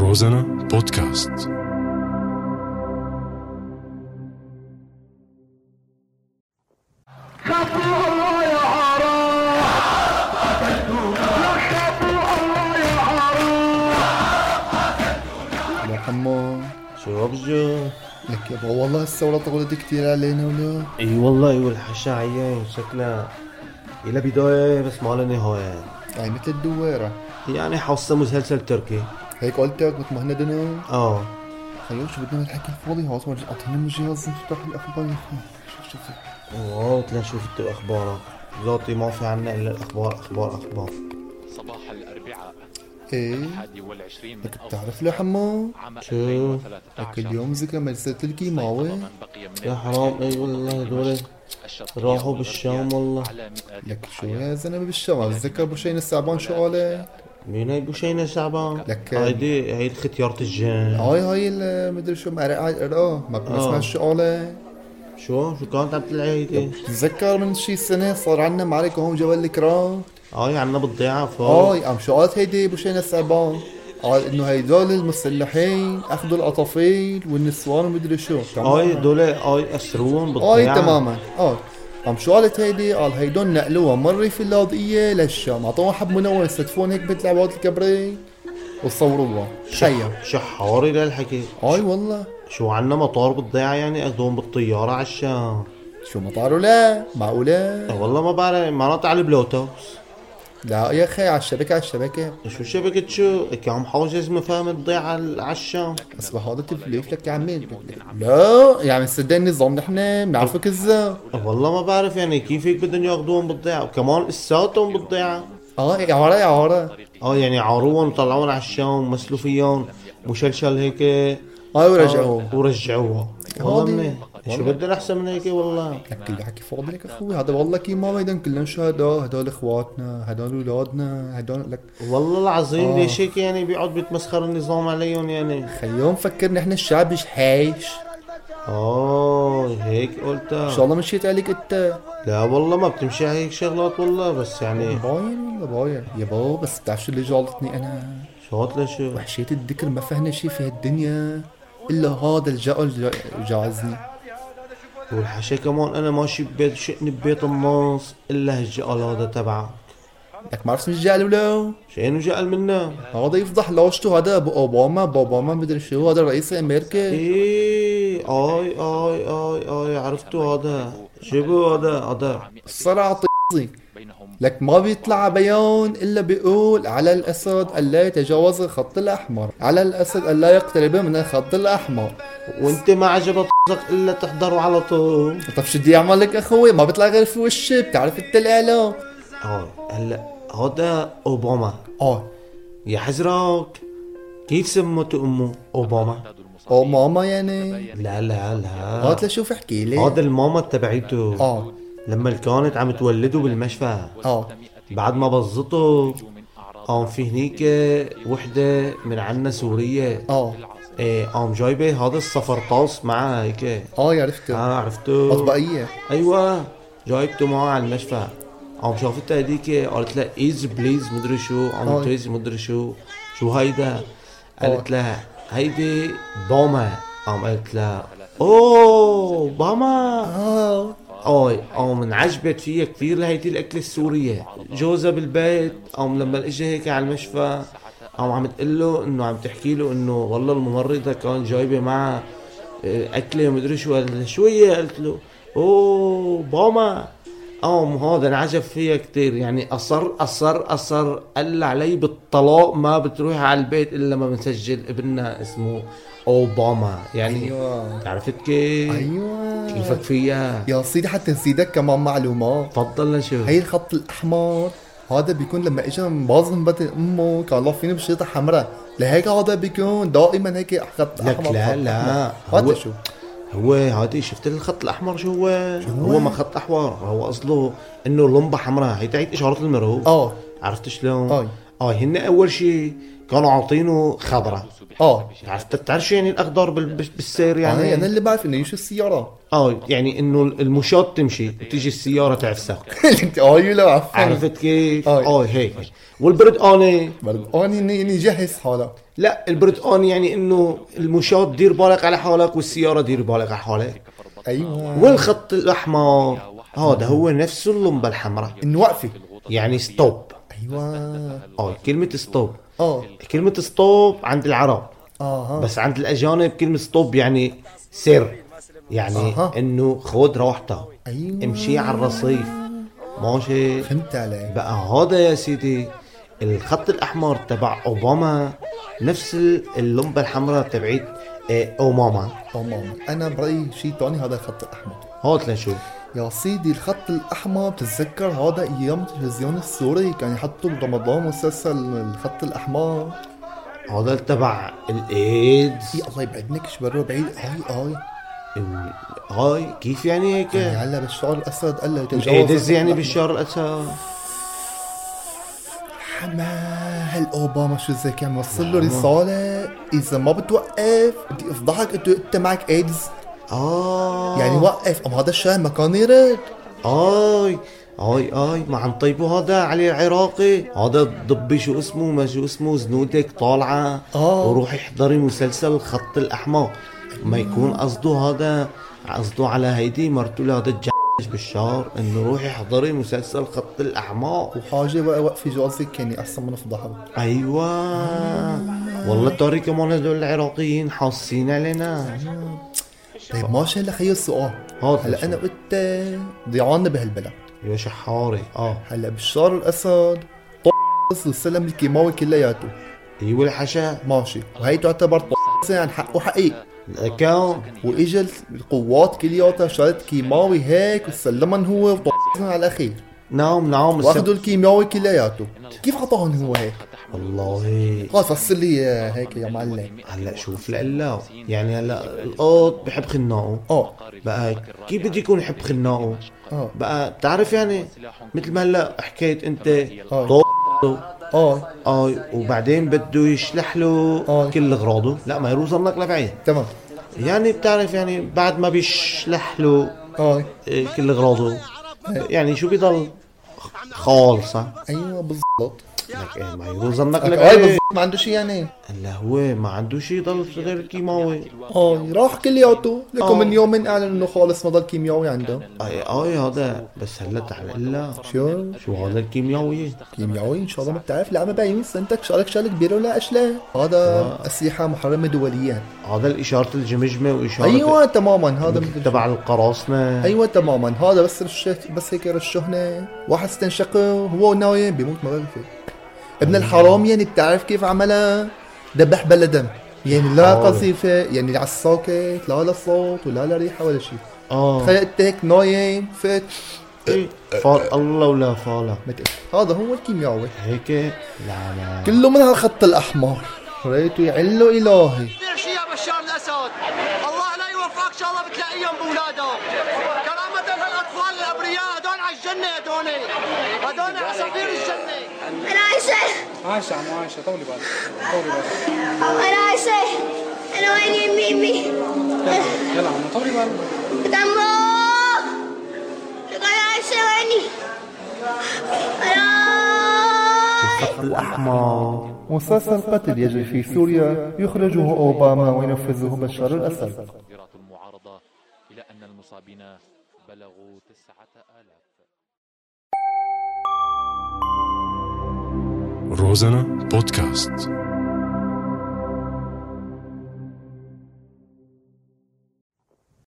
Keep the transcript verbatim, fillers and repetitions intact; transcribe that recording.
روزانا بودكاست. خافوا الله يا عرب، خافوا الله يا عرب. يا حمو شو بجو؟ لك يابا والله الثورة طولت كتير علينا ولا؟ اي والله والحشا عيان شكلها إلى بداية بس ما لها نهاية. يعني مثل الدوارة، يعني حوصة مسلسل تركي. هيك قلتك مثل ما هنا دنا. اه خيو شو بدنا الحكي الفاضي هاو اسمع اعطينا من الجهاز نفتح الأخبار يا أخي. شوف شوف واو تنشوف انتو اخبارك ذاتي ما في عنا الا الاخبار اخبار اخبار. صباح الأربعاء ايه الحادي والعشرين من لك بتعرف لي حمو شو؟ لك اليوم ذكرى مجلسة الكيماوي. يا حرام اي والله دول راحوا بالشام والله. لك شو يا زلمة بالشام بتذكر بوشين السعبان شو قال؟ مين هي بوشينة شعبان؟ لك هيدي هي ختيارة الجن. هاي هاي المدري شو مرقع اه ما بنسمع شو قال. شو شو كانت عم تلعب هيدي؟ بتذكر من شي سنة صار عنا معركة هون جبل الكرام. هاي عنا بالضيعة فوق. هاي قام شو قالت هيدي بوشينة السعبان؟ قال انه هيدول المسلحين اخذوا القطافيل والنسوان ومدري شو. هاي دول هاي اسروهم هاي بالضيعة. تماما. اه قام شو قالت هيدي؟ قال هيدول نقلوها من الريف اللاذقية للشام، عطوها حب منور يستدفون هيك مثل عباد الكبريت وصوروها. تخيل. شحاري للحكي. هاي والله شو عنا مطار بالضيعة يعني اخذوهم بالطيارة على الشام. شو مطاروا لا معقولة؟ أه والله ما بعرف معناتها على البلوتوث. لا يا اخي على الشبكة على الشبكة. شو شبكة شو؟ هيك عم حاجز مفاهيم الضيعة على الشام. بس بهذا تفليف لك يا عمي. لا يعني صدقني نظام نحن بنعرفه كذا. أه والله ما بعرف يعني كيف هيك بدهم ياخذوهم بالضيعة وكمان اساتهم بالضيعة. اه يا عورة يا عورة. اه يعني عاروهم وطلعوهم على الشام ومسلوا فيهم مشلشل هيك. هاي ورجعوه ورجعوها. والله هادي. منيح. شو بدنا احسن من هيك والله. لك كل حكي فاضي لك اخوي. هذا والله كيما ميدان كلهم شهداء. هدول اخواتنا هدول اولادنا هدول لك. والله العظيم آه. ليش هيك يعني بيقعد بيتمسخر النظام عليهم يعني. خيوم فكر نحن الشعب مش حايش. اه هيك قلت. ان شاء الله مشيت عليك انت. لا والله ما بتمشي هيك شغلات والله بس يعني. باين والله باين يا بابا. بس بتعرف شو اللي جالتني انا؟ شو لشو؟ وحشية الذكر ما فهنا شي في هالدنيا الا هذا الجقل جاعزني. والحشي كمان انا ماشي ببيت شئني ببيت الناس الا هالجقل هذا تبعك. لك ما عرفت من الجقل ولا؟ شينو جقل منه؟ هذا يفضح لاشته. هذا ابو اوباما باباما مدري شو. هذا رئيس امريكا. ايه اي اي اي اي عرفتو هذا. شبو هذا هذا الصرع طيزي. لك ما بيطلع بيان الا بيقول على الاسد الا يتجاوز الخط الاحمر، على الاسد الا يقترب من الخط الاحمر. وانت ما عجبك الا تحضروا على طول. طب شو بدي اعمل لك اخوي؟ ما بيطلع غير في وشي. بتعرف انت الاعلام. اه هلا هذا اوباما. اه يا حزرك كيف سمته امه اوباما؟ او ماما يعني. لا لا لا هات لشوف احكي لي. هذا الماما تبعيته. اه لما كانت عم تولده بالمشفى اه بعد ما بزته قام في هنيك وحدة من عنا سورية. اه ايه قام جايبه هذا الصفرطاس معاه هيك. اه عرفته. اه عرفته. اطبقية. ايوه جايبته معاه على المشفى. قام شافتها هديك قالت لها ايز بليز مدري شو. قام تريز مدري شو شو هيدا. قالت لها هيدي باما. قام قالت لها اوه باما. اه اوي قام انعجبت فيها كثير لهيدي الاكله السوريه. جوزها بالبيت قام لما اجى هيك على المشفى قام عم تقول له انه عم تحكي له انه والله الممرضه كان جايبه معها اكله مدري شو. قال شويه قالت له اوه باما. قام هذا انعجب فيها كثير يعني اصر اصر اصر قال علي بالطلاق ما بتروح على البيت الا ما بنسجل ابننا اسمه اوباما يعني. ايوه عرفت كيف؟ ايوه كيفك فيها يا سيدي حتى نسيدك كمان معلومات. تفضل لشو. هي الخط الاحمر هذا بيكون لما اجى باظ من بطن امه كان لافين بشريطه حمراء. لهيك هذا بيكون دائما هيك خط لك احمر. لا لا هذا هو شو هو هادي شفت الخط الاحمر شو هو؟ هو؟ هو ما خط احمر هو اصله انه لمبه حمراء هي تعيد اشارات المرور. اه عرفت شلون؟ هاي اه هن اول شيء كانوا عاطينه خضرة. اه تعرف تعرف شو يعني الاخضر بال- بالسير يعني يعني انا اللي بعرف انه يمشي السيارة. اه يعني انه المشاة تمشي وتيجي السيارة تعفسك. انت اي لا عفوا عرفت كيف؟ آه. اه هيك. والبرتقاني انا اني اني جهز حالك. لا البرتقاني يعني انه المشاة دير بالك على حالك والسيارة دير بالك على حالك. ايوه والخط الاحمر هذا هو نفسه اللمبة الحمراء انه واقفة. يعني ستوب. ايوه اه كلمة ستوب. اه كلمة ستوب عند العرب اه بس عند الأجانب كلمة ستوب يعني سر يعني أها. إنه خذ راحتك. ايوه امشي على الرصيف ماشي. فهمت عليك. بقى هذا يا سيدي الخط الأحمر تبع أوباما نفس اللمبة الحمراء تبعت آه، أوباما. اه ماما انا برايي شيء ثاني هذا الخط الاحمر. هات لنشوف. يا سيدي الخط الاحمر بتتذكر هذا ايام التلفزيون السوري كان يحطوا برمضان مسلسل الخط الاحمر. هذا تبع الإيدز. يا الله يبعدنك شبره بعيد. هاي هاي ال- هاي كيف يعني هيك؟ يعني هلا بالشعر الاسد قال له يتجاوز الإيدز الخط يعني الأحمر. بالشهر الأسد. حما هل اوباما شو زي كان موصل له رساله اذا ما بتوقف بدي افضحك انت انت معك ايدز. آه يعني وقف ام هذا الشهر ما كان يرد. آي آي آي ما عم طيبوا هذا علي العراقي هذا ضبي شو اسمه ما شو اسمه زنودك طالعة آه. وروحي احضري مسلسل الخط الأحمر ما يكون قصده هذا قصده على هيدي مرته هذا الجعج بالشهر انه روحي احضري مسلسل الخط الأحمر. وحاجه بقى وقفي جوزك يعني احسن من افضحه. ايوه والله الطري كمان هدول العراقيين حاصين علينا. طيب ماشي هلا خيو السؤال. هات هلا انا وانت ضيعنا بهالبلد. يا شحاري اه هلا بالشهر الاسد طقس والسلم الكيماوي كلياته ايوه الحشا ماشي وهي تعتبر طقس عن حق وحقيقي. كان واجا القوات كلياتها شرط كيماوي هيك وسلمن هو وطقسن على الاخير نعم نعم السب- واخذوا الكيماوي كلياته. كيف عطاهم هو هيك؟ والله خلص فسر لي إياه هيك يا معلم. هلا شوف لقلا يعني هلا القط بحب خناقه اه بقى كيف بدي يكون يحب خناقه اه بقى بتعرف يعني مثل ما هلا حكيت انت آه. طو اه اه وبعدين بده يشلح له آه. كل اغراضه لا ما يوصلك لبعيد تمام يعني بتعرف يعني بعد ما بيشلح له اه إيه، كل اغراضه يعني شو بيضل خالصة ايوه بالضبط. لك ايه ما يوصلك هاي لبعيد. بالضبط ما عنده شيء يعني. هلا هو ما عنده شيء يضل غير الكيماوي. اه راح كلياته لكم آه. من يوم اعلن انه خالص ما ضل كيمياوي عنده. اي اي هذا بس هلا تعال الا شو شو هذا الكيمياوي. كيميائي ان شاء الله ما بتعرف لا ما باين سنتك شغلك شغله كبيره ولا اشلاء. هذا اسلحه محرمه دوليا. هذا الاشارة الجمجمة واشارة ايوه تماما هذا مثل تبع القراصنة. ايوه تماما هذا بس رشت بس هيك رشهنا واحد استنشقه هو نايم بيموت ما بيفيق. ابن الحرام يعني بتعرف كيف عملها؟ ذبح بلا دم يعني لا آه. قصيفه يعني على الساكت لا لا صوت ولا لا ريحه ولا شيء. اه تخيل انت هيك نايم فت إيه. فال الله ولا فاله متى. هذا هو الكيميائي هيك لا لا كله من هالخط الاحمر. ريته يعلو الهي. دير شي يا بشار الاسد الله لا يوفقك ان شاء الله بتلاقيهم باولادهم كرامة هالاطفال الابرياء هدول على الجنة هدول هدول عصافير الجنة. أنا عايشة عايشة عمو عايشة طولي بالك طولي بالك أنا عايشة أنا وين يمي يمي يلا عمو طولي بالك دمو أنا عايشة ويني أنا الخط الأحمر. مسلسل قتل يجري في سوريا يخرجه أوباما وينفذه بشار الأسد. تقديرات المعارضة إلى أن المصابين بلغوا تسعة آلاف. روزانا بودكاست.